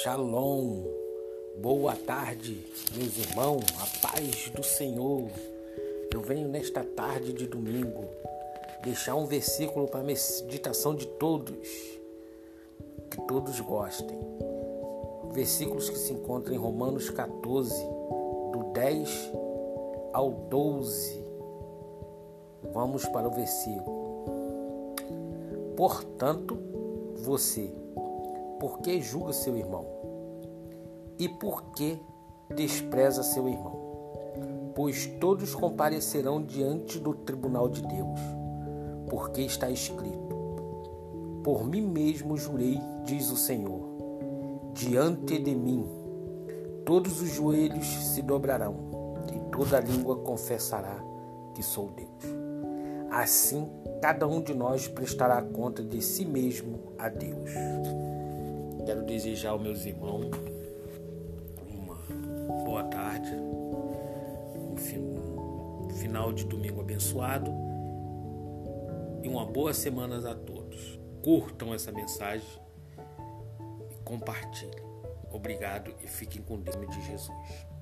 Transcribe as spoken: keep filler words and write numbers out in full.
Shalom, boa tarde, meus irmãos, a paz do Senhor. Eu venho nesta tarde de domingo deixar um versículo para a meditação de todos, que todos gostem. Versículos que se encontram em Romanos catorze, do dez ao doze. Vamos para o versículo. Portanto, você, por que julga seu irmão? E por que despreza seu irmão? Pois todos comparecerão diante do tribunal de Deus, porque está escrito: por mim mesmo jurei, diz o Senhor, diante de mim todos os joelhos se dobrarão e toda língua confessará que sou Deus. Assim, cada um de nós prestará conta de si mesmo a Deus. Quero desejar aos meus irmãos uma boa tarde, um final de domingo abençoado e uma boa semana a todos. Curtam essa mensagem e compartilhem. Obrigado e fiquem com Deus, em nome de Jesus.